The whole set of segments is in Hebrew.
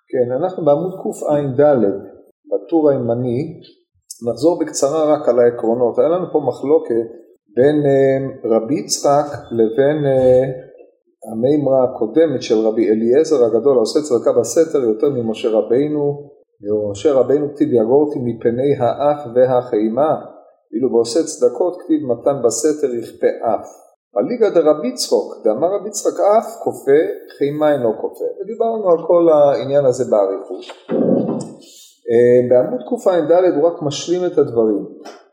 כן, אנחנו בעמוד קע"ד, בטור הימני, נחזור בקצרה רק על העקרונות. היה לנו פה מחלוקת בין רבי יצחק לבין המימרה הקודמת של רבי אליעזר הגדול, העושה צדקה בסתר יותר ממשה רבינו, ומשה רבינו כתיב יגורתי מפני האף והחיימה, ואילו בעושה צדקות כתיב מתן בסתר יכפה אף. הליגה דרבי יצחק, דאמר רבי יצחק אף כופה, חיימה אינו כופה. ודיברנו על כל העניין הזה באריכות. בעמוד קע"ד הוא רק משלים את הדברים.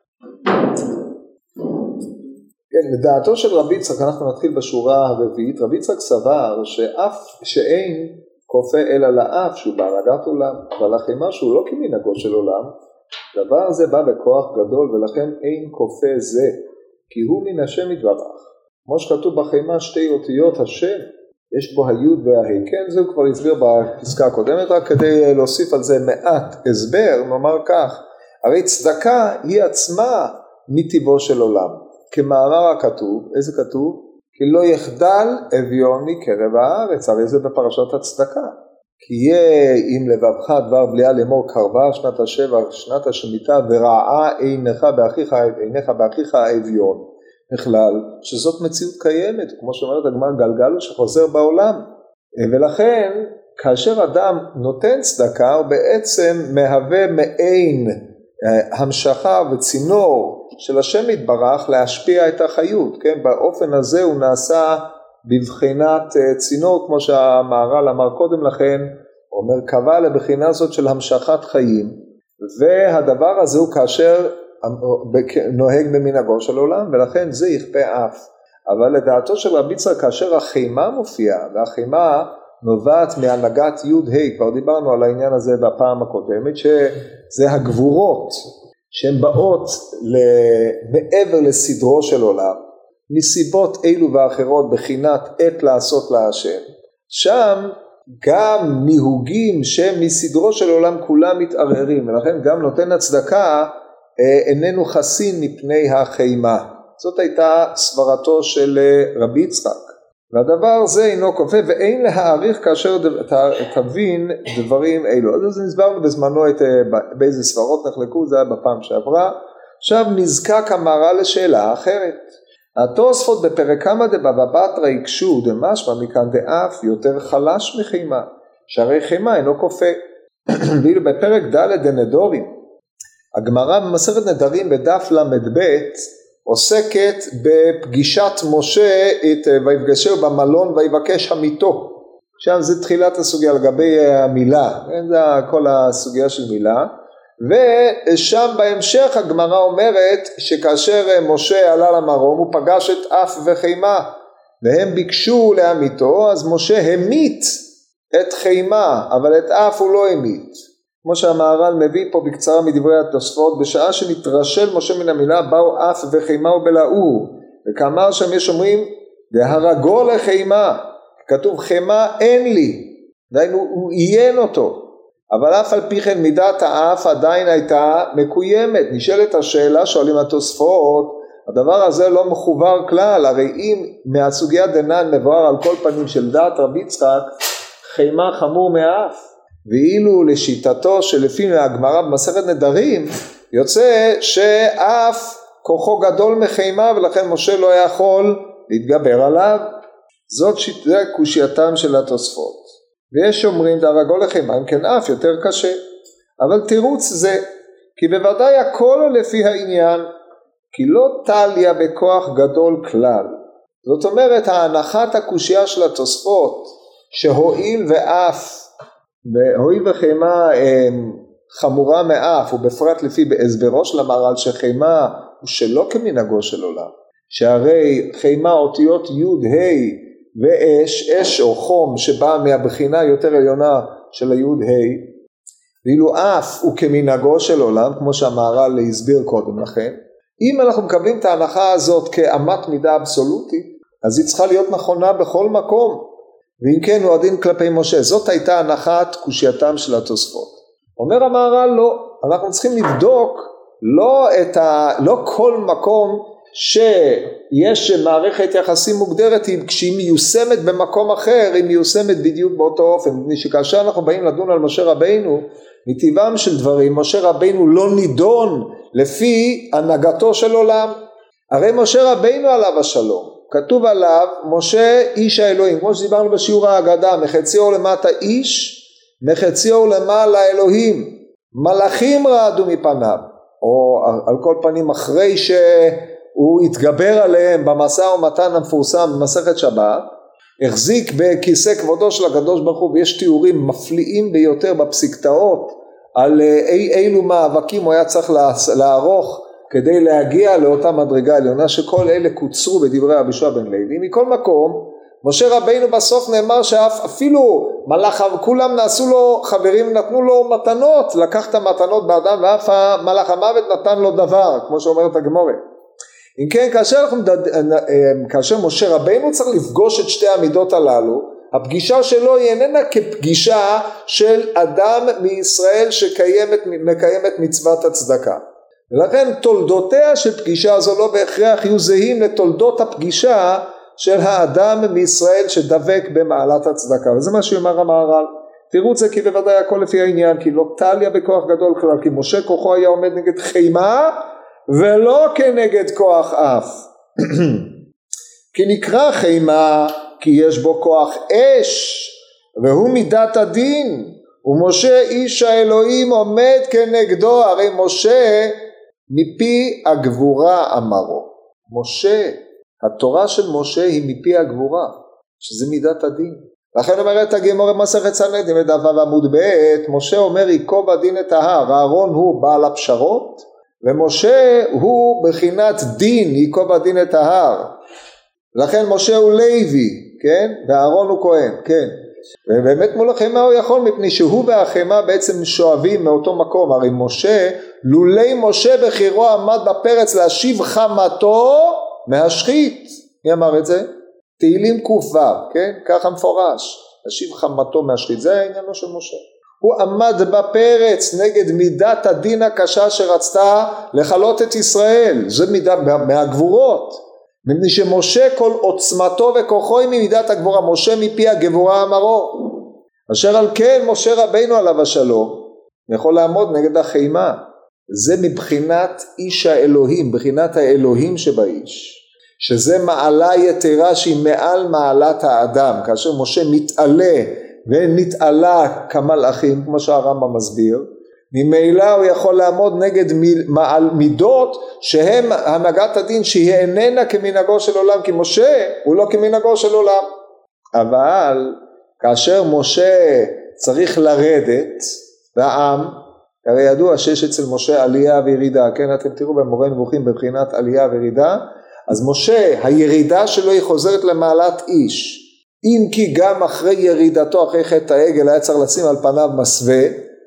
כן, לדעתו של רבי יצחק, אנחנו נתחיל בשורה הרביעית, רבי יצחק סבר שאין כופה אלא לאף שהוא בהנהגת עולם, אבל החיימה שהוא לא כמנהגו של עולם, דבר זה בא בכוח גדול ולכן אין כופה זה, כי הוא מן השם יתברך. כמו שכתוב בחיימה שתי אותיות השם, יש בו היוד וההי, כן, זהו כבר הסביר בפסקה הקודמת, רק כדי להוסיף על זה מעט הסבר, נאמר כך, הרי צדקה היא עצמה מטבעו של עולם, כמאמר הכתוב, איזה כתוב? כי לא יחדל אביון מקרב הארץ, הרי זה בפרשת הצדקה, כי יהיה עם לבבך דבר בליעה לאמור קרבה שנת השבע, שנת השמיטה, ורעה עיניך באחיך האביון. בכלל, שזאת מציאות קיימת, כמו שאומרת הגמרא גלגל שחוזר בעולם, ולכן כאשר אדם נותן צדקה הוא בעצם מהווה מעין המשכה וצינור של השם יתברך להשפיע את החיות, כן? באופן הזה הוא נעשה בבחינת צינור, כמו שהמהר"ל אמר קודם לכן, אומר קבע לבחינה זאת של המשכת חיים, והדבר הזה הוא כאשר נוהג במנהגו של עולם, ולכן זה יכפה אף. אבל לדעתו של רבי יצחק, כאשר החיימה מופיעה, והחיימה נובעת מהנהגת יוד ה', כבר דיברנו על העניין הזה בפעם הקודמת, שזה הגבורות שהן באות מעבר לסדרו של עולם, מסיבות אלו ואחרות בחינת עת לעשות להשם, שם גם ניהוגים שמסדרו של עולם כולם מתערערים, ולכן גם נותן הצדקה איננו חסין מפני החיימה. זאת הייתה סברתו של רבי יצחק. והדבר זה אינו כופה ואין להעריך כאשר תבין דברים אלו. אז הסברנו בזמנו באיזה סברות נחלקו, זה היה בפעם שעברה. עכשיו נזקק המהר"ל לשאלה אחרת. התוספות בפרק כמה דבבא בתרא יקשו דמשמע מכאן דאף יותר חלש מחיימה, שהרי חיימה אינו כופה. ואילו בפרק ד' דנדורים, הגמרא במסכת נדרים בדף ל"ב עוסקת בפגישת משה ויפגשהו במלון ויבקש המיתו. עכשיו זה תחילת הסוגיה לגבי המילה, זה כל הסוגיה של מילה, ושם בהמשך הגמרא אומרת שכאשר משה עלה למרום הוא פגש את אף וחיימה והם ביקשו להמיתו, אז משה המית את חיימה אבל את אף הוא לא המית. כמו שהמהר"ל מביא פה בקצרה מדברי התוספות, בשעה שנתרשל משה מן המילה באו אף וחיימה ובלעו, וכאמר שם יש אומרים דהרגו לחיימה, כתוב חיימה אין לי, דהיינו הוא עיין אותו, אבל אף על פי כן מידת האף עדיין הייתה מקוימת. נשאלת השאלה, שואלים התוספות, הדבר הזה לא מחובר כלל, הרי אם מהסוגיה דנן מבואר על כל פנים של דעת רבי יצחק, חיימה חמור מאף, ואילו לשיטתו שלפי הגמרא במסכת נדרים יוצא שאף כוחו גדול מחיימה ולכן משה לא יכול להתגבר עליו. זאת קושייתם של התוספות. ויש אומרים דהרגו לחיימה אם כן אף יותר קשה, אבל תירוץ זה כי בוודאי הכל לפי העניין, כי לא תליה בכוח גדול כלל. זאת אומרת ההנחת הקושייה של התוספות שהואיל ואף והואיל וחיימה חמורה מאף, ובפרט לפי בהסברו של המהר"ל שחיימה הוא שלא כמנהגו של עולם, שהרי חיימה אותיות י' ה' ואש, אש או חום שבאה מהבחינה יותר עליונה של הי' ה', ואילו אף הוא כמנהגו של עולם, כמו שהמהר"ל הסביר קודם לכן. אם אנחנו מקבלים את ההנחה הזאת כאמת מידה אבסולוטית, אז היא צריכה להיות נכונה בכל מקום. ואם כן הוא הדין כלפי משה. זאת הייתה הנחת קושייתם של התוספות. אומר המהר"ל לא, אנחנו צריכים לבדוק לא כל מקום שיש מערכת יחסים מוגדרת, כשהיא מיושמת במקום אחר, היא מיושמת בדיוק באותו אופן. שכאשר אנחנו באים לדון על משה רבינו, מטבעם של דברים, משה רבינו לא נידון לפי הנהגתו של עולם. הרי משה רבינו עליו השלום, כתוב עליו, משה איש האלוהים, כמו שדיברנו בשיעור ההגדה, מחציו למטה איש, מחציו למעלה אלוהים, מלאכים רעדו מפניו, או על כל פנים אחרי שהוא התגבר עליהם במשא ומתן המפורסם במסכת שבת, החזיק בכיסא כבודו של הקדוש ברוך הוא, ויש תיאורים מפליאים ביותר בפסיקתאות, על אילו מאבקים הוא היה צריך לערוך, כדי להגיע לאותה מדרגה עליונה, שכל אלה קוצרו בדברי רבי יהושע בן לוי. מכל מקום, משה רבינו בסוף נאמר שאפילו כולם נעשו לו חברים, נתנו לו מתנות, לקח את המתנות באדם, ואף מלאך המוות נתן לו דבר, כמו שאומרת הגמרא. אם כן, כאשר משה רבינו צריך לפגוש את שתי המידות הללו, הפגישה שלו היא איננה כפגישה של אדם מישראל שמקיימת מצוות הצדקה. ולכן תולדותיה של פגישה הזו לא בהכרח יהיו זהים לתולדות הפגישה של האדם מישראל שדבק במעלת הצדקה. וזה מה שאומר המהר"ל. תראו את זה כי בוודאי הכל לפי העניין, כי לא טליה בכוח גדול כלל, כי משה כוחו היה עומד נגד חימה ולא כנגד כוח אף. כי נקרא חימה כי יש בו כוח אש והוא מידת הדין, ומשה איש האלוהים עומד כנגדו. הרי משה מפי הגבורה אמרו. משה, התורה של משה היא מפי הגבורה, שזה מידת הדין. לכן אומרת הגמרא במסכת סנהדרין בדף ו' עמוד ב', משה אומר ייקוב הדין את ההר, אהרון הוא בעל הפשרות, ומשה הוא בחינת דין, ייקוב הדין את ההר. לכן משה הוא לוי, כן? ואהרון הוא כהן, כן? ובאמת מול החמה הוא יכול, מפני שהוא והחמה בעצם שואבים מאותו מקום. הרי משה, לולי משה בחירו עמד בפרץ להשיב חמתו מהשחית. מי אמר את זה? תהילים ק"ו, כן? ככה מפורש, להשיב חמתו מהשחית. זה העניינו של משה. הוא עמד בפרץ נגד מידת הדין הקשה שרצתה לחלות את ישראל. זה מידה מהגבורות. מפני שמשה כל עוצמתו וכוחו היא ממידת הגבורה. משה מפי הגבורה אמרו. אשר על כן משה רבינו עליו השלום יכול לעמוד נגד החימה. זה מבחינת איש האלוהים, בחינת האלוהים שבאיש, שזה מעלה יתרה שהיא מעל מעלת האדם. כאשר משה מתעלה ונתעלה כמלאכים, כמו שהרמב"ם מסביר, ממילא הוא יכול לעמוד נגד מידות שהם הנהגת הדין, שהיא איננה כמנהגו של עולם, כי משה הוא לא כמנהגו של עולם. אבל כאשר משה צריך לרדת והעם, הרי ידוע שיש אצל משה עלייה וירידה, כן? אתם תראו במורה נבוכים בבחינת עלייה וירידה. אז משה, הירידה שלו היא חוזרת למעלת איש, אם כי גם אחרי ירידתו, אחרי חטא העגל, היה צריך לשים על פניו מסווה,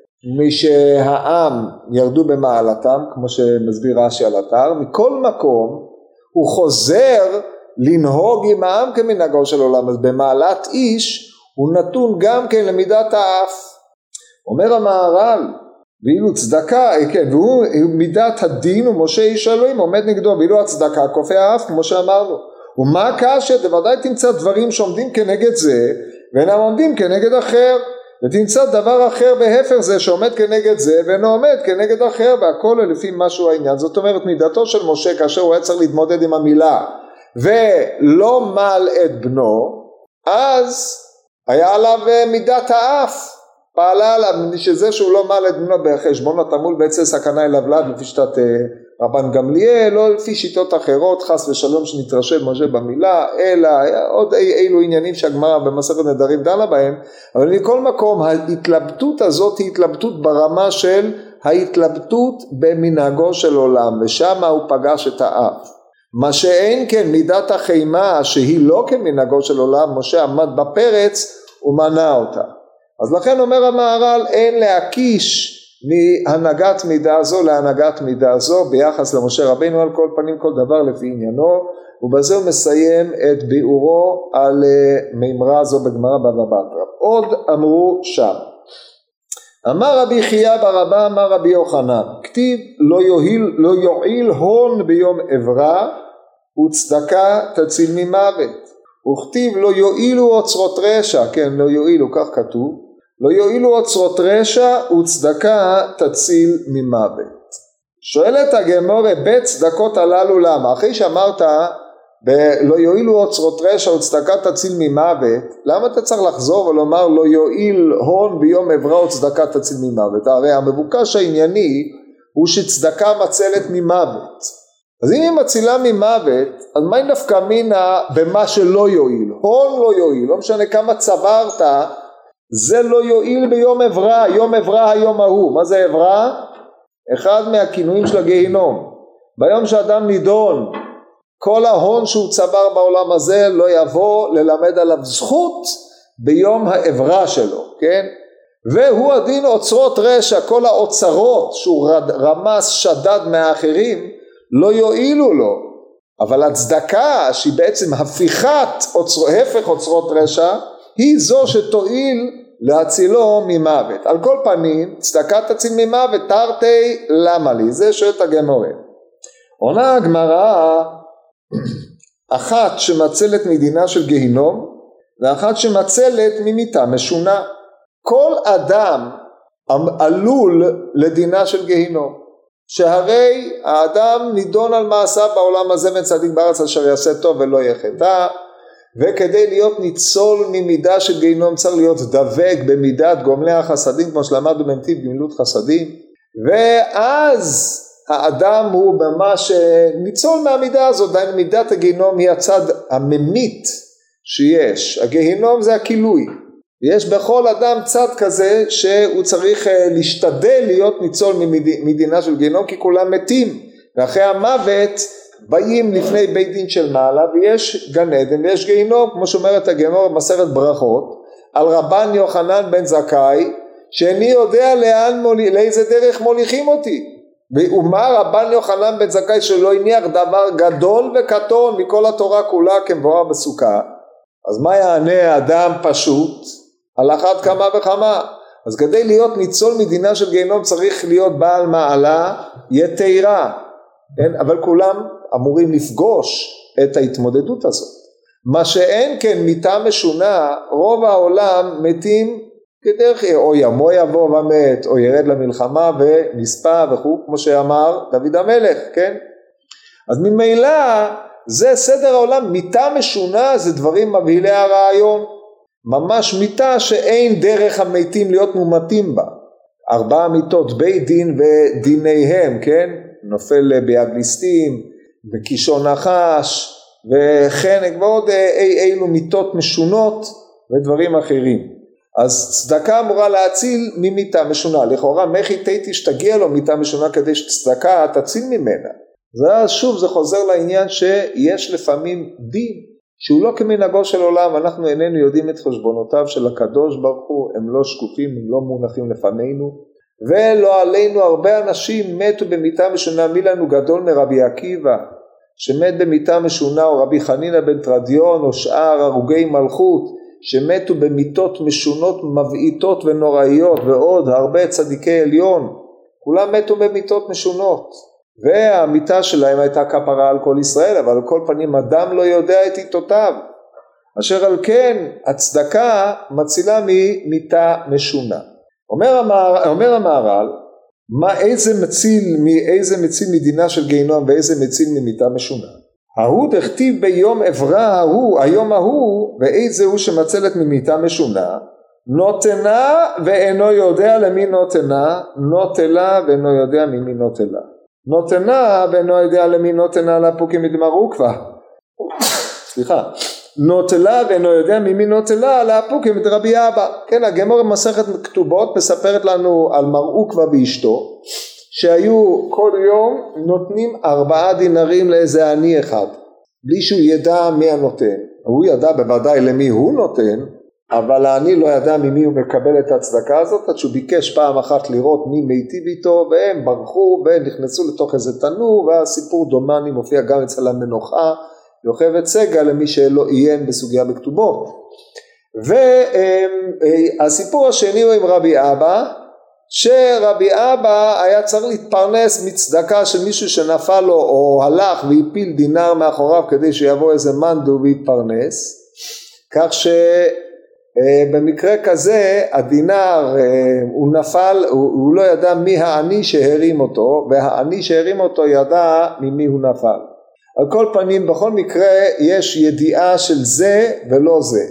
משהעם ירדו במעלתם, כמו שמסביר רש"י על אתר. מכל מקום הוא חוזר לנהוג עם העם כמנהגו של עולם. אז במעלת איש הוא נתון גם כן למידת האף. אומר המהר"ל, ואילו צדקה, כן, והוא מידת הדין, ומשה איש האלוהים עומד נגדו, ואילו הצדקה כופה האף, כמו שאמרנו. ומה הקשה? בוודאי תמצא דברים שעומדים כנגד זה ואינם עומדים כנגד אחר, ותמצא דבר אחר בהפך זה שעומד כנגד זה ואינו עומד כנגד אחר, והכל לפי משהו העניין. זאת אומרת, מידתו של משה כאשר הוא היה צריך להתמודד עם המילה ולא מל את בנו, אז היה עליו מידת האף, פעלה עליו, שזה שהוא לא מל את בנו בחשבון התמול בעצם סכנה אליו לד, לפי שיטת רבן גמליאל, לא לפי שיטות אחרות, חס ושלום שנתרשם משה במילה, אלא עוד אילו עניינים שהגמרא במסכת נדרים דנה בהם. אבל מכל מקום ההתלבטות הזאת היא התלבטות ברמה של ההתלבטות במנהגו של עולם, ושם הוא פגש את האף. מה שאין כן מידת החימה שהיא לא כמנהגו של עולם, משה עמד בפרץ ומנע אותה. אז לכן אומר המהר"ל, אין להקיש מהנהגת מידה זו להנהגת מידה זו ביחס למשה רבינו, על כל פנים כל דבר לפי עניינו. ובזה הוא מסיים את ביאורו על מימרה זו בגמרא בבא בתרא. עוד אמרו שם, אמר רבי חייא בר אבא אמר רבי יוחנן, כתיב לא יועיל הון ביום עברה וצדקה תציל ממוות. וכתיב לא יועילו אוצרות רשע, כן, לא יועילו, כך כתוב, לא יועילו אוצרות רשע וצדקה תציל ממוות. שואלת הגמרא, בצדקות הללו למה? אחרי שאמרת לא יועילו אוצרות רשע וצדקה תציל ממוות, למה אתה צריך לחזור ולומר לא יועיל הון ביום עברה וצדקה תציל ממוות? הרי המבוקש הענייני הוא שצדקה מצלת ממוות. אז אם היא מצילה ממוות, אז מה נפקא מינה במה שלא יועיל? הון לא יועיל, לא משנה כמה צברת, זה לא יועיל ביום עברה, יום עברה היום ההוא. מה זה עברה? אחד מהכינויים של הגיהינום. ביום שאדם נידון, כל ההון שהוא צבר בעולם הזה לא יבוא ללמד עליו זכות ביום העברה שלו, כן? והוא הדין אוצרות רשע, כל האוצרות שהוא רמס שדד מהאחרים לא יועילו לו. אבל הצדקה שהיא בעצם הפך אוצרות רשע, היא זו שתועיל להצילו ממוות. על כל פנים, צדקה תציל ממוות, תרתי למה לי? זה שואלת הגמרא. עונה הגמרא, אחת שמצלת מדינה של גיהינום, ואחת שמצלת ממיתה משונה. כל אדם עלול לדינה של גיהינום, שהרי האדם נידון על מעשיו בעולם הזה וצדיק בארץ אשר יעשה טוב ולא יחטא, וכדי להיות ניצול ממידה של גיהינום צריך להיות דבק במידת גומלי החסדים, כמו שלמדנו בנתיב גמילות חסדים, ואז האדם הוא ממש ניצול מהמידה הזאת. דהיינו מידת הגיהינום היא הצד הממית שיש, הגיהינום זה הכילוי, יש בכל אדם צד כזה שהוא צריך להשתדל להיות ניצול מדינה של גיהינום, כי כולם מתים, ואחרי המוות באים לפני בית דין של מעלה, ויש גן עדן ויש גיהינום, כמו שאומרת הגמרא במסכת ברכות על רבן יוחנן בן זכאי, שאני יודע לאיזה דרך מוליכים אותי. ומה רבן יוחנן בן זכאי שלא הניח דבר גדול וקטון מכל התורה כולה כמבואר בסוכה. אז מה יענה אדם פשוט? על אחת כמה וכמה. אז כדי להיות ניצול מדינה של גיהינום צריך להיות בעל מעלה יתרה, כן? אבל כולם אמורים לפגוש את ההתמודדות הזאת. מה שאין כן מיתה משונה, רוב העולם מתים כדרך, או ימו יבוא ומת, או ירד למלחמה ונספה וכו', כמו שאמר דוד המלך, כן? אז ממילא זה סדר העולם. מיתה משונה זה דברים מבהילי הרעיון, ממש מיתה שאין דרך המתים להיות מומתים בה. 4 מיתות בית דין ודיניהם, כן? נופל ביד ליסטים, בקישון נחש וחנק ועוד אילו מיתות משונות ודברים אחרים. אז צדקה אמורה להציל ממיתה משונה. לכאורה מחי תיתי שתגיע לו מיתה משונה כדי שצדקה תציל ממנה. זה שוב, זה חוזר לעניין שיש לפעמים דין שהוא לא כמנהגו של עולם. אנחנו איננו יודעים את חשבונותיו של הקדוש ברוך הוא, הם לא שקופים, הם לא מונחים לפנינו, ולא עלינו הרבה אנשים מתו במיתה משונה. מי לנו גדול מרבי עקיבא שמת במיתה משונה, או רבי חנינא בן תרדיון, או שאר הרוגי מלכות שמתו במיתות משונות מבעיתות ונוראיות, ועוד הרבה צדיקי עליון, כולם מתו במיתות משונות, והמיתה שלהם הייתה כפרה על כל ישראל. אבל על כל פנים אדם לא יודע את עיתותיו, אשר על כן הצדקה מצילה ממיתה משונה. אומר המהר"ל, איזה מציל מדינה של גיהינום ואיזה מציל ממיתה משונה? ההוא דכתיב ביום עברה ההוא, היום ההוא, ואיזה הוא שמצלת ממיתה משונה, נותנה ואינו יודע למי נותנה, נוטלה ואינו יודע ממי נוטלה. נותנה ואינו יודע למי נותנה לפוקים מדמרו כבר. סליחה. נוטלה ואינו יודע ממי נוטלה להפוקים את רבי אבא. כן, הגמרא במסכת כתובות מספרת לנו על מר עוקבא ואשתו, שהיו כל יום נותנים 4 דינרים לאיזה עני אחד, בלי שהוא ידע מי הנותן. הוא ידע בוודאי למי הוא נותן, אבל העני לא ידע ממי הוא מקבל את הצדקה הזאת, עד שהוא ביקש פעם אחת לראות מי מיטיב איתו, והם ברחו ונכנסו לתוך איזה תנור, והסיפור דומני מופיע גם אצל המנוחה יוכבד סגל למי שלא עיין בסוגיה בכתובות. והסיפור השני הוא עם רבי אבא, שרבי אבא היה צריך להתפרנס מצדקה של מישהו שנפל לו או הלך והפיל דינר מאחוריו כדי שיבוא איזה מנדו ויתפרנס, כך שבמקרה כזה הדינר הוא נפל, הוא לא ידע מי העני שהרים אותו, והעני שהרים אותו ידע ממי הוא נפל. על כל פנים בכל מקרה יש ידיעה של זה ולא זה.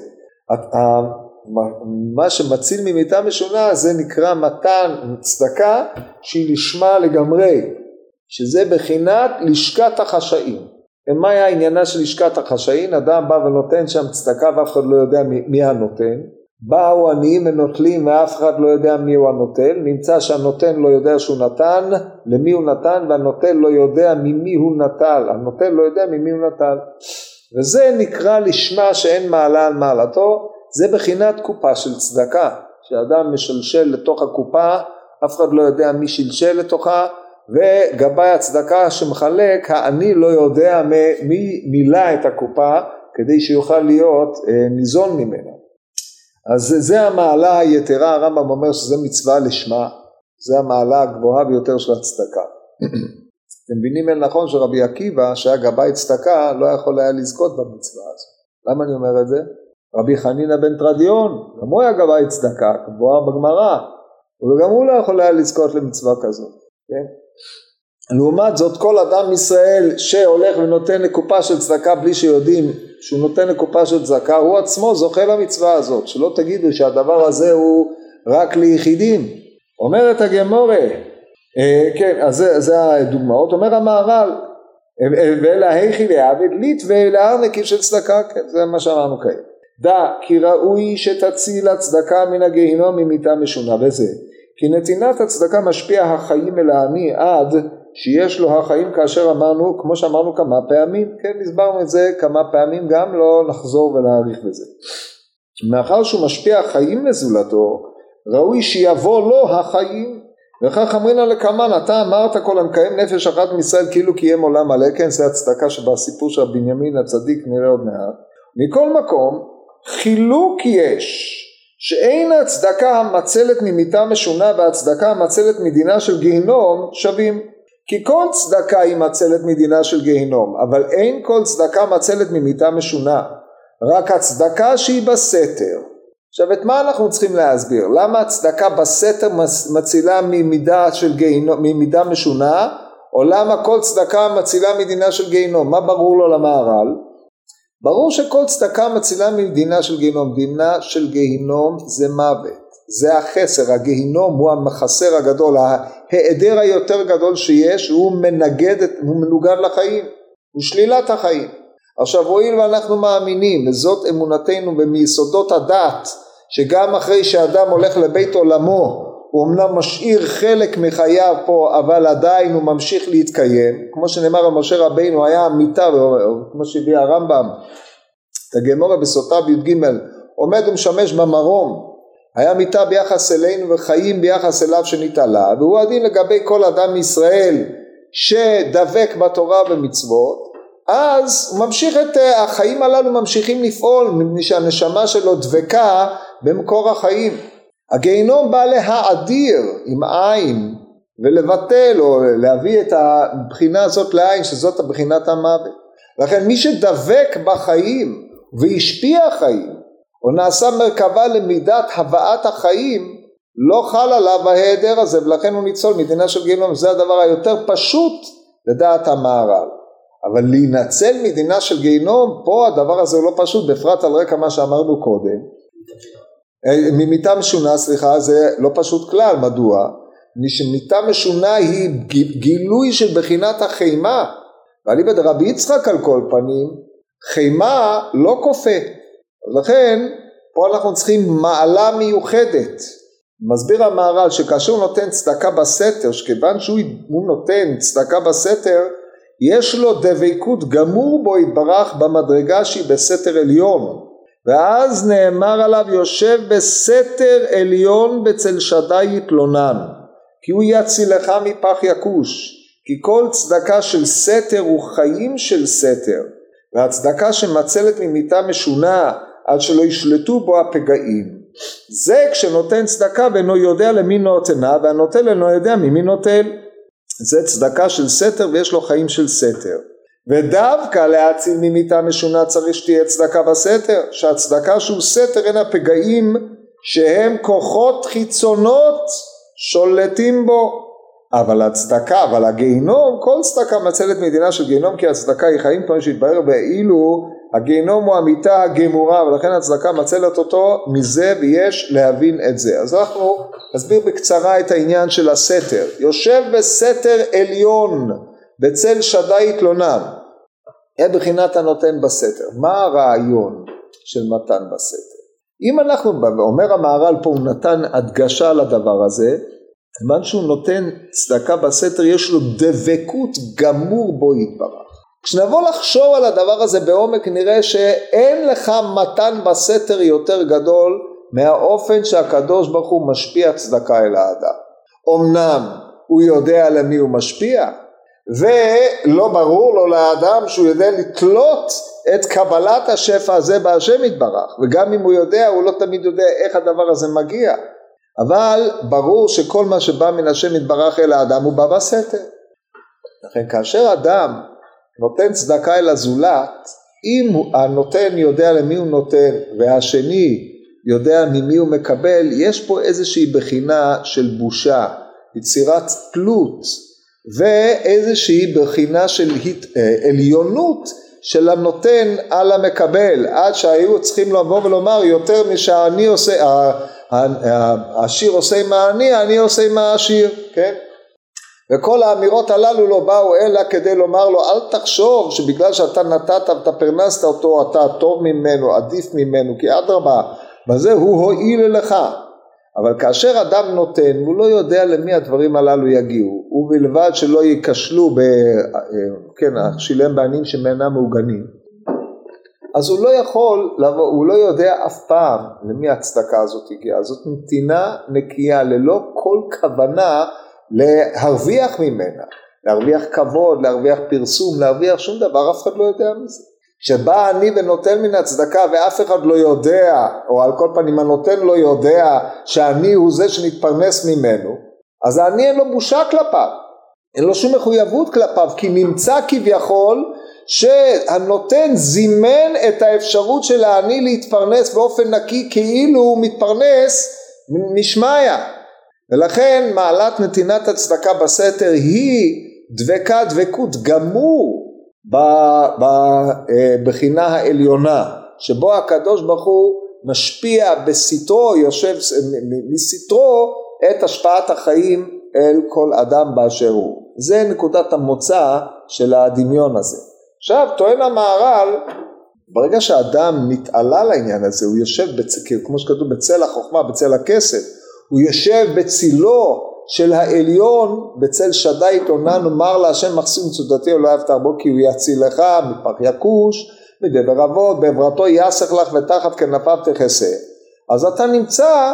מה שמציל ממיתה משונה זה נקרא מתן צדקה שהיא לשמה לגמרי, שזה בחינת לשכת החשאין. ומה היה העניינה של לשכת החשאין? אדם בא ונותן שם צדקה ואף אחד לא יודע מי הנותן, באו עניים ונוטלים ואף אחד לא יודע מי הוא הנוטל, נמצא שהנותן לא יודע שהוא נתן, למי הוא נתן, והנוטל לא יודע ממי הוא נטל, הנוטל לא יודע ממי הוא נטל, וזה נקרא לשמה שאין מעלה על מעלתו. זה בחינת קופה של צדקה, שאדם משלשל לתוך הקופה, אף אחד לא יודע מי שלשל לתוכה, וגבי הצדקה שמחלק, העני לא יודע מי מילא את הקופה, כדי שיוכל להיות ניזון ממנה. אז זה המעלה היתרה, הרמב"ם אומר שזה מצווה לשמה, זה המעלה הגבוהה ביותר של הצדקה. אתם מבינים אל נכון שרבי עקיבא, שהיה גבי צדקה, לא יכול היה לזכות במצווה הזאת. למה אני אומר את זה? רבי חנינא בן תרדיון, גם הוא היה גבי צדקה, כמובן בגמרא, וגם הוא לא יכול היה לזכות למצווה כזאת. כן? לעומת זאת, כל אדם ישראל שהולך ונותן לקופה של צדקה בלי שיודעים שהוא נותן לקופה של צדקה, הוא עצמו זוכה למצווה הזאת. שלא תגידו שהדבר הזה הוא רק ליחידים. אומרת הגמורה, כן, אז זה הדוגמאות, אומר המהר"ל, ולהיכי לעבד ליט ולארנקים של צדקה, כן, זה מה שאמרנו כעת. דע כי ראוי שתציל הצדקה מן הגיהינום ממיתה משונה, וזה כי נתינת הצדקה משפיע החיים אל העני עד שיש לו החיים, כאשר אמרנו, כמו שאמרנו כמה פעמים, כן, הסברנו את זה כמה פעמים, גם לא נחזור ולהאריך בזה. מאחר שהוא משפיע החיים לזולתו, ראוי שיבוא לו החיים, וכך אמרינה לקמן, אתה אמרת כל המקיים נפש אחת מישראל כאילו קיים עולם מלא, כן, זה הצדקה שבסיפור של בנימין הצדיק נראה עוד מעט. מכל מקום, חילוק יש, שאין הצדקה המצלת ממיתה משונה והצדקה המצלת מדינה של גיהינום שווים. כי כל צדקה היא מצלת מדינה של גיהינום, אבל אין כל צדקה מצלת ממיתה משונה, רק הצדקה שהיא בסתר. עכשיו את מה אנחנו צריכים להסביר? למה הצדקה בסתר מצילה ממידה של גיהינום, ממידה משונה, או למה כל צדקה מצילה מדינה של גיהינום? מה ברור לו למהר"ל? ברור שכל צדקה מצילה מדינה של גיהינום. דינה של גיהינום זה מוות, זה החסר, הגיהינום הוא המחסר הגדול, ההיעדר היותר גדול שיש, הוא מנוגד לחיים, הוא שלילת החיים. עכשיו הואיל ואנחנו מאמינים, וזאת אמונתנו ומיסודות הדת, שגם אחרי שאדם הולך לבית עולמו, הוא אמנם משאיר חלק מחייו פה, אבל עדיין הוא ממשיך להתקיים, כמו שנאמר על משה רבינו, היה מיתה, כמו שהביא הרמב"ם, את הגמרא בסוטה בי"ג, עומד ומשמש במרום, היה מיתה ביחס אלינו וחיים ביחס אליו שנתעלה, והוא הדין לגבי כל אדם מישראל שדבק בתורה ומצוות, אז הוא ממשיך את החיים הללו, ממשיכים לפעול, מפני שהנשמה שלו דבקה במקור החיים. הגיהינום בא להאדיר עם עין ולבטל או להביא את הבחינה הזאת לעין, שזאת הבחינת המוות. לכן מי שדבק בחיים והשפיע חיים או נעשה מרכבה למידת הבאת החיים, לא חל עליו ההיעדר הזה, ולכן הוא ניצול מדינה של גיהינום. זה הדבר היותר פשוט לדעת המהר"ל. אבל להינצל מדינה של גיהינום, פה הדבר הזה הוא לא פשוט, בפרט על רקע מה שאמרנו קודם. ממיתה משונה, סליחה, זה לא פשוט כלל. מדוע? מיתה משונה היא גילוי של בחינת החימה, ואליבא דרבי יצחק על כל פנים, חימה לא כופה. לכן פה אנחנו צריכים מעלה מיוחדת. מסביר המהר"ל שכאשר הוא נותן צדקה בסתר, שכיוון שהוא נותן צדקה בסתר, יש לו דבקות גמור בו יתברך במדרגה שהיא בסתר עליון, ואז נאמר עליו יושב בסתר עליון בצל שדי יתלונן, כי הוא יצילך מפח יכוש. כי כל צדקה של סתר הוא חיים של סתר, והצדקה שמצלת ממיתה משונה עד שלא ישלטו בו הפגעים. זה כשנותן צדקה ואינו יודע למי נותנה, והנוטל אינו יודע ממי נוטל. זה צדקה של סתר ויש לו חיים של סתר. ודווקא להציל ממיתה משונה צריך שתהיה צדקה בסתר, שהצדקה שהוא סתר אין הפגעים שהם כוחות חיצונות שולטים בו. אבל הצדקה, אבל הגיהינום, כל צדקה מצלת מדינה של גיהינום, כי הצדקה היא חיים כמו שהתברר, ואילו הגיהינום הוא המיתה הגמורה, ולכן הצדקה מצלת אותו מזה, ויש להבין את זה. אז אנחנו נסביר בקצרה את העניין של הסתר. יושב בסתר עליון בצל שדי יתלונן, בחינת הנותן בסתר. מה הרעיון של מתן בסתר? אם אנחנו, אומר המהר"ל פה, הוא נתן הדגשה לדבר הזה, כיוון שהוא נותן צדקה בסתר, יש לו דבקות גמור בו יתברך. כשנבוא לחשוב על הדבר הזה בעומק, נראה שאין לך מתן בסתר יותר גדול מהאופן שהקדוש ברוך הוא משפיע צדקה אל האדם. אמנם הוא יודע למי הוא משפיע, ולא ברור לו לאדם שהוא יודע לתלות את קבלת השפע הזה בהשם יתברך, וגם אם הוא יודע, הוא לא תמיד יודע איך הדבר הזה מגיע, אבל ברור שכל מה שבא מן השם יתברך אל האדם הוא בא בסתר. לכן כאשר אדם נותן צדקה אל הזולת, אם הנותן יודע למי הוא נותן והשני יודע ממי הוא מקבל, יש פה איזושהי בחינה של בושה, יצירת תלות, ואיזושהי בחינה של עליונות של הנותן על המקבל, עד שהיו צריכים לבוא ולומר יותר משאני עושה, העשיר עושה עם העני, העני עושה עם העשיר, כן? וכל האמירות הללו לא באו אלא כדי לומר לו, אל תחשוב שבגלל שאתה נתת ואתה פרנסת אותו, אתה טוב ממנו, עדיף ממנו, כי אדרבה, בזה הוא הועיל לך. אבל כאשר אדם נותן, הוא לא יודע למי הדברים הללו יגיעו, ובלבד שלא ייכשלו שילם בעניים שמאינם מעוגנים. אז הוא לא יכול, הוא לא יודע אף פעם למי הצדקה הזאת הגיעה. זאת נתינה נקייה, ללא כל כוונה להרוויח ממנה, להרוויח כבוד, להרוויח פרסום, להרוויח שום דבר, אף אחד לא יודע מזה. כשבא אני ונותן מן הצדקה ואף אחד לא יודע, או על כל פנים הנותן לא יודע שאני הוא זה שנתפרנס ממנו, אז אני אין לו בושה כלפיו, אין לו שום מחויבות כלפיו, כי נמצא כביכול שהנותן זימן את האפשרות של העני להתפרנס באופן נקי, כאילו הוא מתפרנס משמעיה. ולכן מעלת נתינת הצדקה בסתר היא דבקות גמור בבחינה העליונה, שבו הקדוש ברוך הוא משפיע בסתרו, יושב מסתרו את השפעת החיים אל כל אדם באשר הוא. זה נקודת המוצא של הדמיון הזה. עכשיו טוען המהר"ל, ברגע שהאדם מתעלה לעניין הזה, הוא יושב כמו שכתוב בצל החוכמה, בצל הכסף, הוא יושב בצילו של העליון, בצל שדי יתלונן, ומר להשם מחסום מצודתי ולא יפתח בו, כי הוא יציל לך מפח יקוש, מדבר אבות, בעברתו יסך לך ותחת כנפיו תכסה. אז אתה נמצא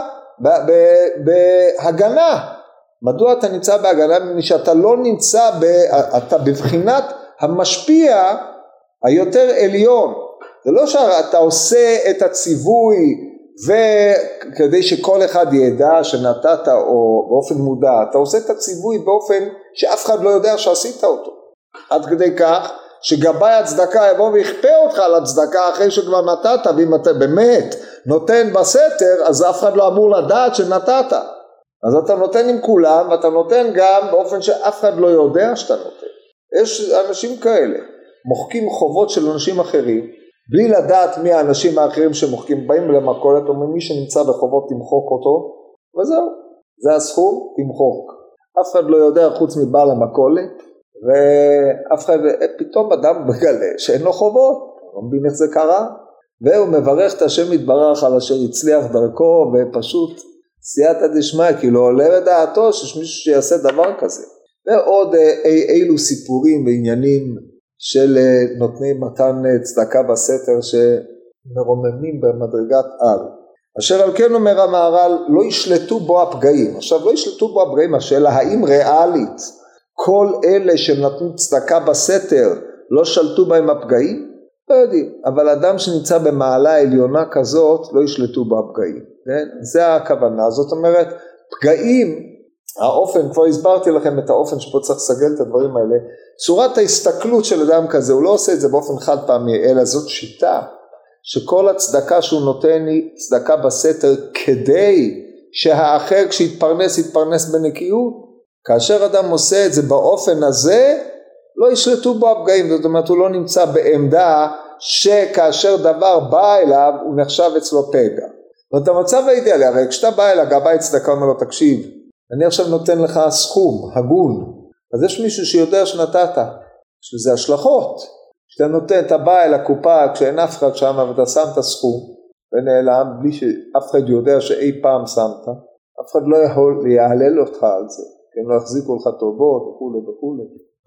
בהגנה. מדוע אתה נמצא בהגנה? שאתה לא נמצא, אתה בבחינת המשפיע היותר עליון. זה לא שאתה עושה את הציווי, וכדי שכל אחד ידע שנתת או באופן מודע, אתה עושה את הציווי באופן שאף אחד לא יודע שעשית אותו, עד כדי כך שגבאי הצדקה יבוא ויכפה אותך על הצדקה אחרי שכבר נתת, ואם אתה באמת נותן בסתר אז אף אחד לא אמור לדעת שנתת, אז אתה נותן עם כולם, ואתה נותן גם באופן שאף אחד לא יודע שאתה נותן. יש אנשים כאלה מוחקים חובות של אנשים אחרים בלי לדעת מי האנשים האחרים שמוחקים, באים למכולת, אומרים מי שנמצא בחובות תמחוק אותו, וזהו, זה הסכום, תמחוק. אף אחד לא יודע חוץ מבעל המכולת, ואף אחד, פתאום אדם מגלה שאין לו חובות, לא מבין איך זה קרה, והוא מברך את השם יתברך על אשר הצליח דרכו, ופשוט סייעתא דשמיא, כי לא עולה בדעתו שיש מישהו שיעשה דבר כזה. ועוד אילו סיפורים ועניינים, של נותני מתן צדקה בסתר שמרוממים במדרגת על. אשר על כן אומר המהר"ל, לא ישלטו בו הפגעים. עכשיו לא ישלטו בו הפגעים, השאלה האם ריאלית כל אלה שנתנו צדקה בסתר לא שלטו בהם הפגעים? לא יודעים, אבל אדם שנמצא במעלה עליונה כזאת לא ישלטו בו הפגעים. כן? זה הכוונה, זאת אומרת, פגעים, האופן, כבר הסברתי לכם את האופן שפה צריך לסגל את הדברים האלה, צורת ההסתכלות של אדם כזה, הוא לא עושה את זה באופן חד פעמי, אלא זאת שיטה, שכל הצדקה שהוא נותן היא צדקה בסתר, כדי שהאחר כשיתפרנס, יתפרנס בנקיות. כאשר אדם עושה את זה באופן הזה, לא ישלטו בו הפגעים, זאת אומרת, הוא לא נמצא בעמדה, שכאשר דבר בא אליו, הוא נחשב אצלו פגע. זאת המצב האידיאלי, הרי כשאתה בא אל הגבאי צדקה, אומר לו, תקשיב, אני עכשיו נותן לך סכום, הגון, אז יש מישהו שיודע שנתת, יש לזה השלכות, כשאתה נותן, אתה בא אל הקופה, כשאין אף אחד שם, ואתה שם את הסכום, ונעלם, בלי שאף אחד יודע שאי פעם שמת, אף אחד לא יכול להיעלל אותך על זה, כי הם לא יחזיקו לך טובות, וכו'.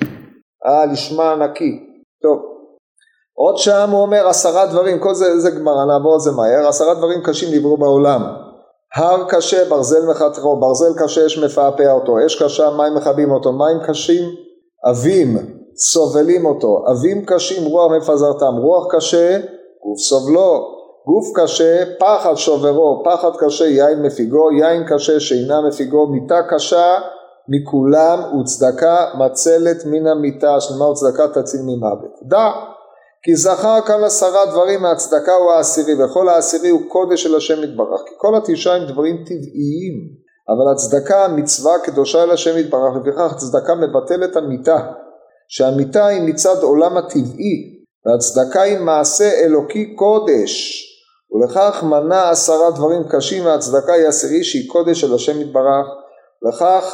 לשמה נקי. טוב. עוד שם הוא אומר 10 דברים, כל זה גמרא, נעבור על זה מהר, 10 דברים קשים נבראו בעולם. הר קשה, ברזל מחתכו, ברזל קשה, אש מפעפע אותו, אש קשה, מים מכבים אותו, מים קשים, אבים, סובלים אותו, אבים קשים, רוח מפזרתם, רוח קשה, גוף סובלו, גוף קשה, פחד שוברו, פחד קשה, יין מפיגו, יין קשה, שינה מפיגו, מיטה קשה, מכולם וצדקה מצלת מן המיטה, שנאמר וצדקה תציל ממוות. דע, כי זכר כאן 10 דברים מהצדקה הוא העשירי, וכל העשירי הוא קודש של השם יתברך, כי כל 9 הם דברים טבעיים, אבל הצדקה המצווה קדושה אל השם יתברך, לפיכך הצדקה מבטלת המיטה, שהמיטה היא מצד עולם הטבעי, והצדקה היא מעשה אלוקי קודש, ולכך מנע 10 דברים קשים מהצדקה היא העשירי שהיא קודש של השם יתברך, לכך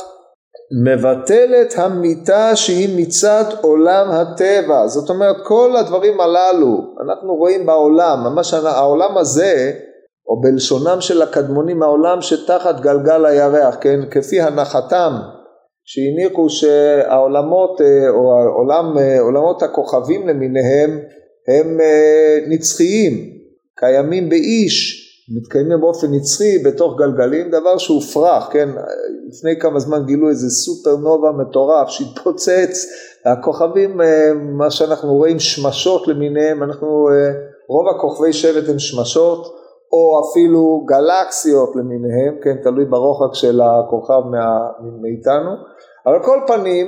מבטלת המיטה שהיא מצד עולם הטבע. זאת אומרת כל הדברים הללו אנחנו רואים בעולם, ממש העולם הזה, או בלשונם של הקדמונים, העולם שתחת גלגל הירח, כן? כפי הנחתם שהניחו שהעולמות או עולמות הכוכבים למיניהם הם נצחיים, קיימים באיש, מתקיימים באופן נצחי בתוך גלגלים, דבר שהוא פרח, כן? לפני כמה זמן גילו איזה סופרנובה מטורף שהתפוצץ, הכוכבים, מה שאנחנו רואים שמשות למיניהם, רוב הכוכבי שבט הם שמשות, או אפילו גלקסיות למיניהם, כן? תלוי ברוחק של הכוכב מאיתנו, אבל כל פנים,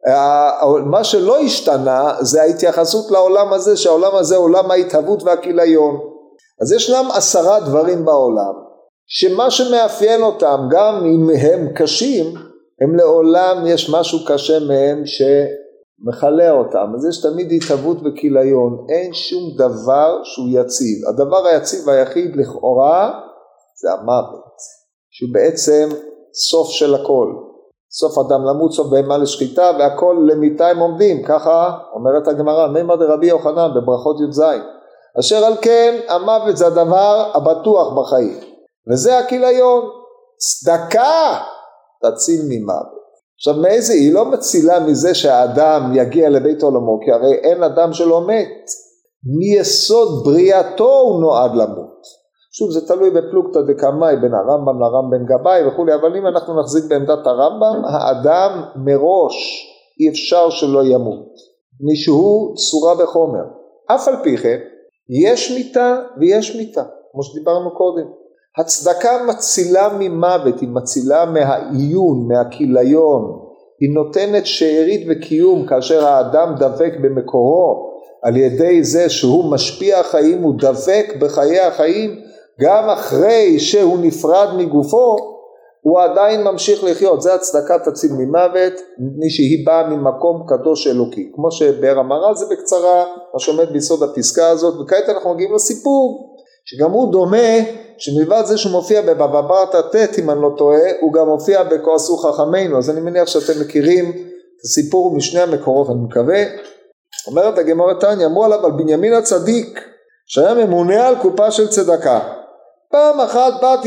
מה שלא השתנה זה ההתייחסות לעולם הזה, שהעולם הזה הוא עולם ההתהוות והכיליון. אז ישנם 10 דברים בעולם, שמה שמאפיין אותם, גם אם הם קשים, הם לעולם יש משהו קשה מהם שמחלה אותם. אז יש תמיד התהוות וכיליון, אין שום דבר שהוא יציב. הדבר היציב היחיד לכאורה זה המוות, שהוא בעצם סוף של הכל. סוף אדם למות, סוף בהמה לשחיטה, והכל למיתה הם עומדים, ככה אומרת הגמרא, מימר דרבי יוחנן בברכות י"ז. אשר על כן המוות זה הדבר הבטוח בחיים, וזה הכיליון. צדקה תציל ממוות. עכשיו מאיזה, היא לא מצילה מזה שהאדם יגיע לבית עולמו, כי הרי אין אדם שלא מת, מיסוד בריאתו הוא נועד למות. שוב זה תלוי בפלוגתא דקמאי בין הרמב"ם לרמב"ן גבאי וכו', אבל אם אנחנו נחזיק בעמדת הרמב"ם, האדם מראש אי אפשר שלא ימות, מישהו צורה בחומר. אף על פי כן יש מיטה ויש מיטה, כמו שדיברנו קודם. הצדקה מצילה ממוות, היא מצילה מהעיון, מהכיליון, היא נותנת שארית וקיום כאשר האדם דבק במקורו, על ידי זה שהוא משפיע החיים, הוא דבק בחיי החיים, גם אחרי שהוא נפרד מגופו, הוא עדיין ממשיך לחיות. זה הצדקה תציל ממוות, מפני שהיא באה ממקום קדוש אלוקי. כמו שבאר המהר"ל זה בקצרה, מה שעומד ביסוד הפסקה הזאת, וכעת אנחנו מגיעים לסיפור, שגם הוא דומה, שמלבד זה שהוא מופיע בבבא בתרא ט' אם אני לא טועה, הוא גם מופיע בכה עשו חכמינו, אז אני מניח שאתם מכירים את הסיפור משני המקורות, אני מקווה. אומרת הגמרא תניא, אמרו עליו על בנימין הצדיק, שהיה ממונה על קופה של צדקה. פעם אחת באה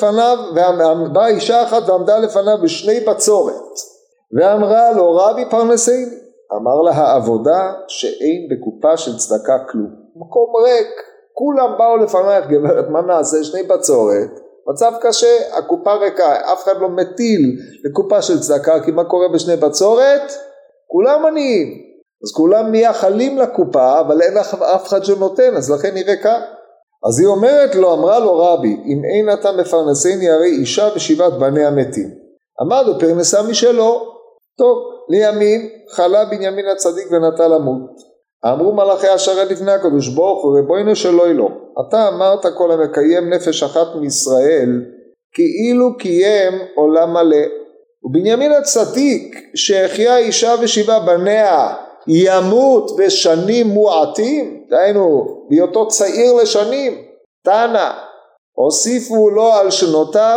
אישה אחת ועמדה לפניו בשני בצורת, ואמרה לו רבי פרנסני, אמר לה העבודה שאין בקופה של צדקה כלום, מקום ריק, כולם באו לפנייך גברת, מה נעשה? שני בצורת, מצב קשה, הקופה ריקה, אף אחד לא מטיל לקופה של צדקה, כי מה קורה בשני בצורת? כולם עניים, אז כולם מייחלים לקופה, אבל אין אף אחד שנותן, אז לכן היא ריקה. אז היא אומרת לו, אמרה לו רבי, אם אין אתה מפרנסני הרי אישה ושבעת בניה מתים. אמר לו, פרנסה משלו. טוב, לימים חלה בנימין הצדיק ונטה למות. אמרו מלאכי השרת לפני הקדוש ברוך הוא, ריבונו שלא אלו, אתה אמרת כל המקיים נפש אחת מישראל, כאילו קיים עולם מלא. ובנימין הצדיק שהחיה אישה ושבעה בניה, ימות בשנים מועטים, דהיינו בהיותו צעיר לשנים, תנא, הוסיפו לו על שנותיו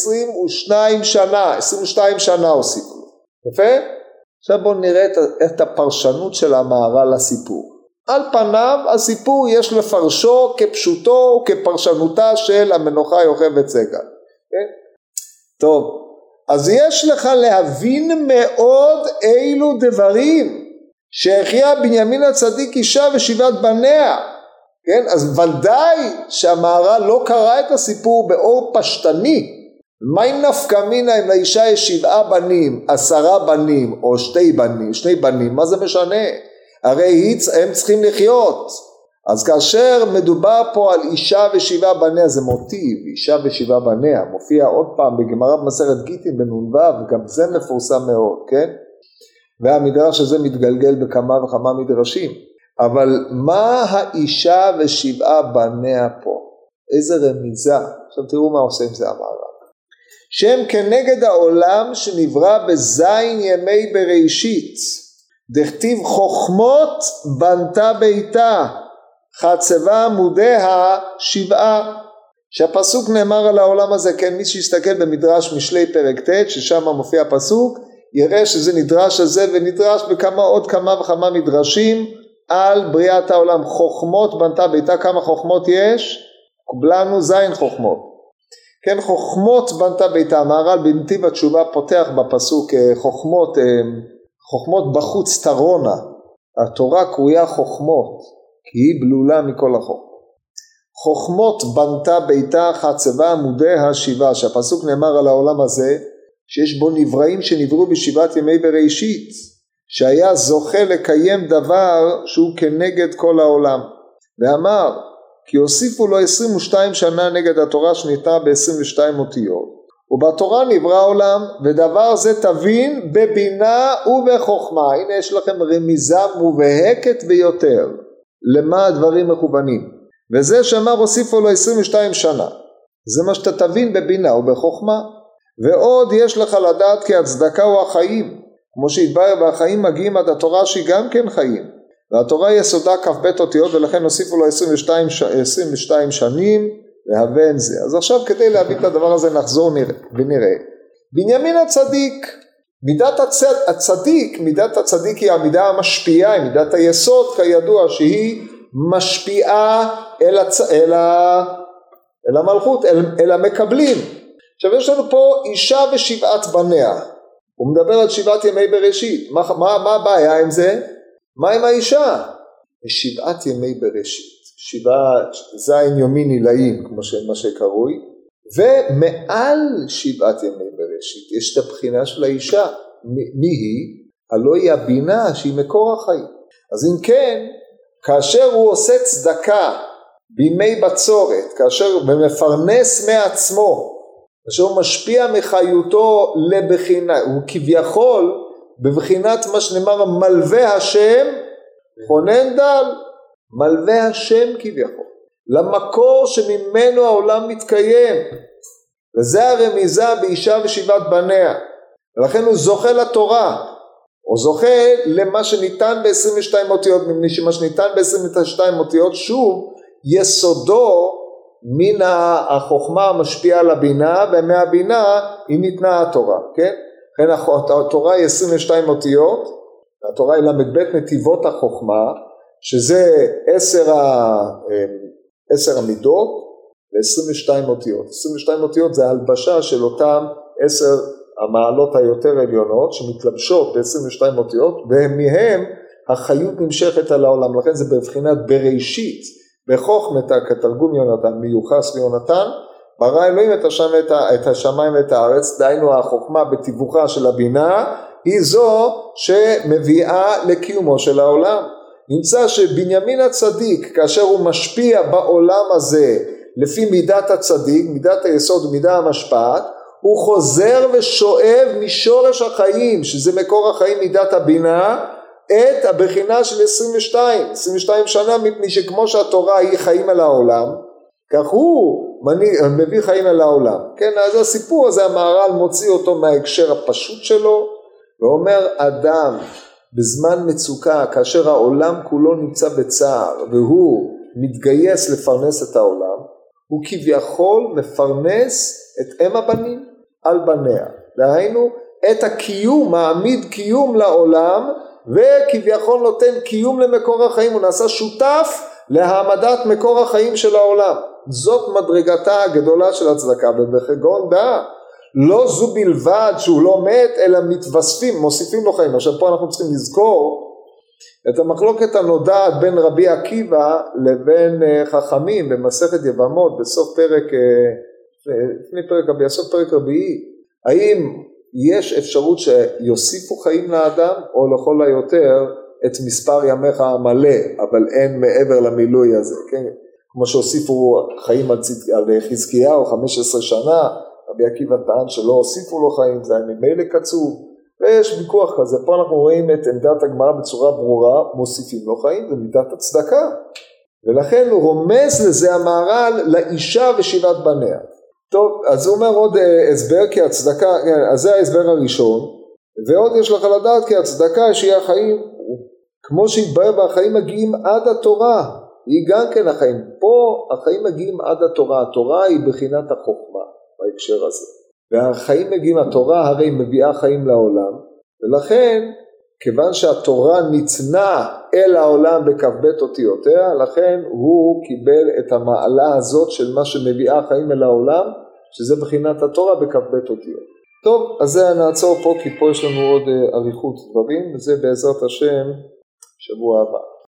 22 שנה הוסיפו לו. יפה? עכשיו בואו נראה את הפרשנות של המהר"ל לסיפור. על פניו הסיפור יש לפרשו כפשוטו וכפרשנותה של המנוחה יוכבד סגל. כן? טוב, אז יש לך להבין מאוד אילו דברים שהחיה בנימין הצדיק אישה ושבעת בניה. כן? אז ודאי שהמהר"ל לא קרא את הסיפור באור פשטני. מה אם נפקא מינה אם לאישה יש 7 בנים, 10 בנים או 2 בנים, מה זה משנה? הרי הם צריכים לחיות. אז כאשר מדובר פה על אישה ו7 בניה, זה מוטיב, אישה ו7 בניה, מופיע עוד פעם בגמרא במסכת גיטין בנ"ו, גם זה מפורסם מאוד, כן? והמדרש הזה מתגלגל בכמה וכמה מדרשים. אבל מה האישה ו7 בניה פה? איזה רמיזה. עכשיו תראו מה עושה עם זה המהר"ל. שהם כנגד העולם שנברא בזין ימי בראשית, דכתיב חוכמות בנתה ביתה, חצבה עמודיה 7. שהפסוק נאמר על העולם הזה, כן, מי שיסתכל במדרש משלי פרק ט' ששם מופיע הפסוק, יראה שזה נדרש הזה ונדרש עוד כמה וכמה מדרשים על בריאת העולם. חוכמות בנתה ביתה, כמה חוכמות יש? קבלנו זין חוכמות. כן, חוכמות בנתה ביתה. המהר"ל בנתיב התשובה פותח בפסוק חוכמות בחוץ תרונה. התורה קרויה חוכמות כי היא בלולה מכל החוכמות. חוכמות בנתה ביתה, חצבה עמודיה 7. שהפסוק נאמר על העולם הזה שיש בו נבראים שנבראו ב7 ימי בראשית, שהיה זוכה לקיים דבר שהוא כנגד כל העולם. ואמר כי הוסיפו לו 22 שנה נגד התורה שניתנה ב22 אותיות, ובתורה נברא העולם, ודבר זה תבין בבינה ובחוכמה. הנה יש לכם רמיזה מובהקת ביותר למה הדברים מכוונים. וזה שאמר הוסיפו לו 22 שנה, זה מה שאתה תבין בבינה ובחוכמה. ועוד יש לך לדעת כי הצדקה הוא החיים, כמו שהתברר והחיים מגיעים עד התורה שהיא גם כן חיים, והתורה יסודה כ"ב אותיות, ולכן הוסיפו לו 22 שנים להבן זה. אז עכשיו כדי להביא את הדבר הזה נחזור ונראה. בנימין הצדיק, מידת הצדיק היא המידה המשפיעה, היא מידת היסוד כידוע שהיא משפיעה אל המלכות, אל המקבלים. עכשיו יש לנו פה אישה ו7 בניה, הוא מדבר על 7 ימי בראשית. מה הבעיה עם זה? מה עם האישה? 7 ימי בראשית, 7 זין יומין עילאים כמו מה שקרוי, ומעל 7 ימי בראשית יש את הבחינה של האישה. מי היא? הלא היא הבינה שהיא מקור החיים. אז אם כן, כאשר הוא עושה צדקה בימי בצורת, כאשר ומפרנס מעצמו, כאשר הוא משפיע מחיותו לבחינה, הוא כביכול בבחינת מה שנאמר מלווה השם חונן דל, מלווה השם כביכול למקור שממנו העולם מתקיים, וזה הרמיזה באישה ו7 בניה. ולכן הוא זוכה לתורה, הוא זוכה למה שניתן ב22 אותיות, מפני שמה שניתן ב22 אותיות שוב יסודו מן החוכמה המשפיעה על הבינה, ומהבינה היא ניתנה התורה, כן? לכן התורה היא 22 אותיות, התורה היא למד נתיבות החוכמה, שזה 10 המידות ו22 אותיות. 22 אותיות זה ההלבשה של אותם 10 המעלות היותר עליונות שמתלבשות ב22 אותיות, ומהם החיות נמשכת על העולם. לכן זה בבחינת בראשית, בחוכמתה כתרגום יונתן, מיוחס ליונתן, ברא אלוהים את השמיים ואת הארץ, דהיינו החוכמה בתיווכה של הבינה, היא זו שמביאה לקיומו של העולם. נמצא שבנימין הצדיק, כאשר הוא משפיע בעולם הזה, לפי מידת הצדיק, מידת היסוד ומידה המשפעת, הוא חוזר ושואב משורש החיים, שזה מקור החיים מידת הבינה, את הבחינה של 22 שנה, מפני שכמו שהתורה היא חיים על העולם, כך הוא מביא חיים על העולם. כן, אז הסיפור הזה המהר"ל מוציא אותו מההקשר הפשוט שלו, ואומר אדם בזמן מצוקה, כאשר העולם כולו נמצא בצער, והוא מתגייס לפרנס את העולם, הוא כביכול מפרנס את אם הבנים על בניה. דהיינו, את הקיום, מעמיד קיום לעולם, וכביכול נותן קיום למקור החיים, הוא נעשה שותף להעמדת מקור החיים של העולם. זאת מדרגתה הגדולה של הצדקה, ובכגון דעה, לא זו בלבד שהוא לא מת, אלא מתווספים, מוסיפים לו חיים. עכשיו פה אנחנו צריכים לזכור את המחלוקת הנודעת בין רבי עקיבא לבין חכמים במסכת יבמות בסוף פרק, בסוף פרק רביעי, האם יש אפשרות שיוסיפו חיים לאדם או לכל היותר את מספר ימיך המלא, אבל אין מעבר למילוי הזה, כן? כמו שהוסיפו חיים על חזקיהו 15 שנה, רבי עקיבא טען שלא הוסיפו לו חיים, זה היה ממילא קצוב, ויש ויכוח כזה. פה אנחנו רואים את עמדת הגמרא בצורה ברורה, מוסיפים לו חיים, זה מידת הצדקה, ולכן הוא רומז לזה המהר"ל לאישה ושיבת בניה. טוב, אז הוא אומר עוד הסבר, כי הצדקה, אז זה ההסבר הראשון, ועוד יש לך לדעת כי הצדקה שהיא החיים, כמו שהתברר והחיים מגיעים עד התורה, היא גם כן החיים. פה החיים מגיעים עד התורה, התורה היא בחינת החוכמה בהקשר הזה. והחיים מגיעים, התורה הרי מביאה חיים לעולם, ולכן כיוון שהתורה ניתנה אל העולם בכ"ב אותיותיה, לכן הוא קיבל את המעלה הזאת של מה שמביאה חיים אל העולם, שזה בחינת התורה בכ"ב אותיות. טוב, אז זה נעצור פה, כי פה יש לנו עוד אריכות דברים, וזה בעזרת השם שבוע הבא.